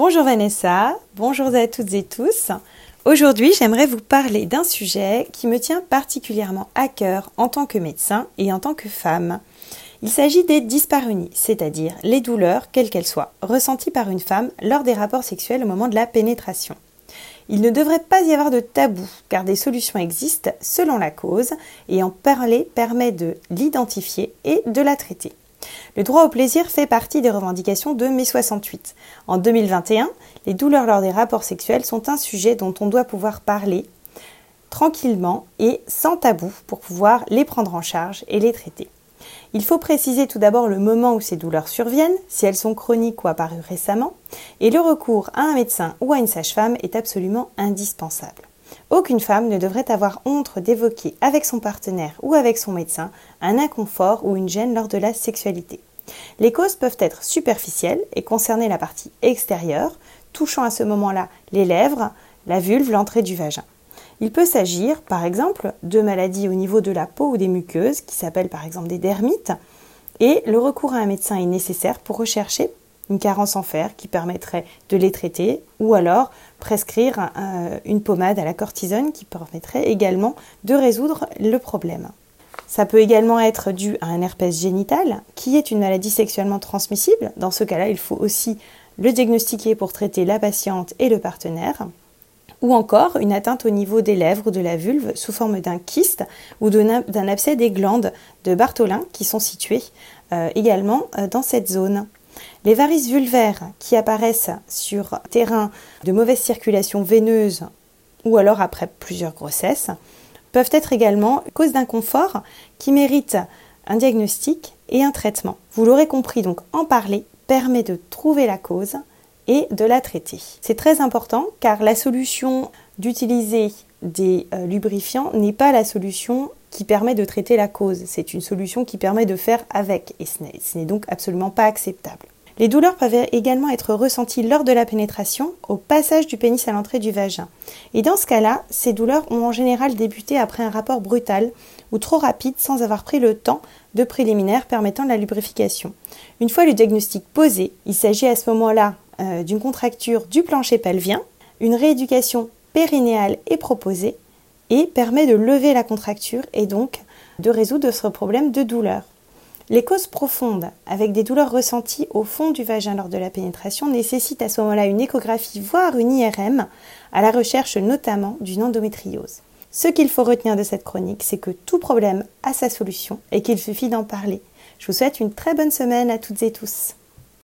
Bonjour Vanessa, bonjour à toutes et tous. Aujourd'hui, j'aimerais vous parler d'un sujet qui me tient particulièrement à cœur en tant que médecin et en tant que femme. Il s'agit des dyspareunies, c'est-à-dire les douleurs, quelles qu'elles soient, ressenties par une femme lors des rapports sexuels au moment de la pénétration. Il ne devrait pas y avoir de tabou, car des solutions existent selon la cause, et en parler permet de l'identifier et de la traiter. Le droit au plaisir fait partie des revendications de mai 68. En 2021, les douleurs lors des rapports sexuels sont un sujet dont on doit pouvoir parler tranquillement et sans tabou pour pouvoir les prendre en charge et les traiter. Il faut préciser tout d'abord le moment où ces douleurs surviennent, si elles sont chroniques ou apparues récemment, et le recours à un médecin ou à une sage-femme est absolument indispensable. Aucune femme ne devrait avoir honte d'évoquer avec son partenaire ou avec son médecin un inconfort ou une gêne lors de la sexualité. Les causes peuvent être superficielles et concerner la partie extérieure, touchant à ce moment-là les lèvres, la vulve, l'entrée du vagin. Il peut s'agir, par exemple, de maladies au niveau de la peau ou des muqueuses, qui s'appellent par exemple des dermites, et le recours à un médecin est nécessaire pour rechercher une carence en fer qui permettrait de les traiter, ou alors prescrire une pommade à la cortisone qui permettrait également de résoudre le problème. Ça peut également être dû à un herpès génital, qui est une maladie sexuellement transmissible. Dans ce cas-là, il faut aussi le diagnostiquer pour traiter la patiente et le partenaire. Ou encore une atteinte au niveau des lèvres ou de la vulve sous forme d'un kyste ou d'un abcès des glandes de Bartholin qui sont situées également dans cette zone. Les varices vulvaires qui apparaissent sur terrain de mauvaise circulation veineuse ou alors après plusieurs grossesses peuvent être également cause d'inconfort qui méritent un diagnostic et un traitement. Vous l'aurez compris, donc en parler permet de trouver la cause et de la traiter. C'est très important car la solution d'utiliser des lubrifiants n'est pas la solution qui permet de traiter la cause. C'est une solution qui permet de faire avec et ce n'est donc absolument pas acceptable. Les douleurs peuvent également être ressenties lors de la pénétration au passage du pénis à l'entrée du vagin. Et dans ce cas-là, ces douleurs ont en général débuté après un rapport brutal ou trop rapide sans avoir pris le temps de préliminaire permettant la lubrification. Une fois le diagnostic posé, il s'agit à ce moment-là d'une contracture du plancher pelvien, une rééducation périnéale est proposée et permet de lever la contracture et donc de résoudre ce problème de douleur. Les causes profondes, avec des douleurs ressenties au fond du vagin lors de la pénétration, nécessitent à ce moment-là une échographie, voire une IRM, à la recherche notamment d'une endométriose. Ce qu'il faut retenir de cette chronique, c'est que tout problème a sa solution et qu'il suffit d'en parler. Je vous souhaite une très bonne semaine à toutes et tous.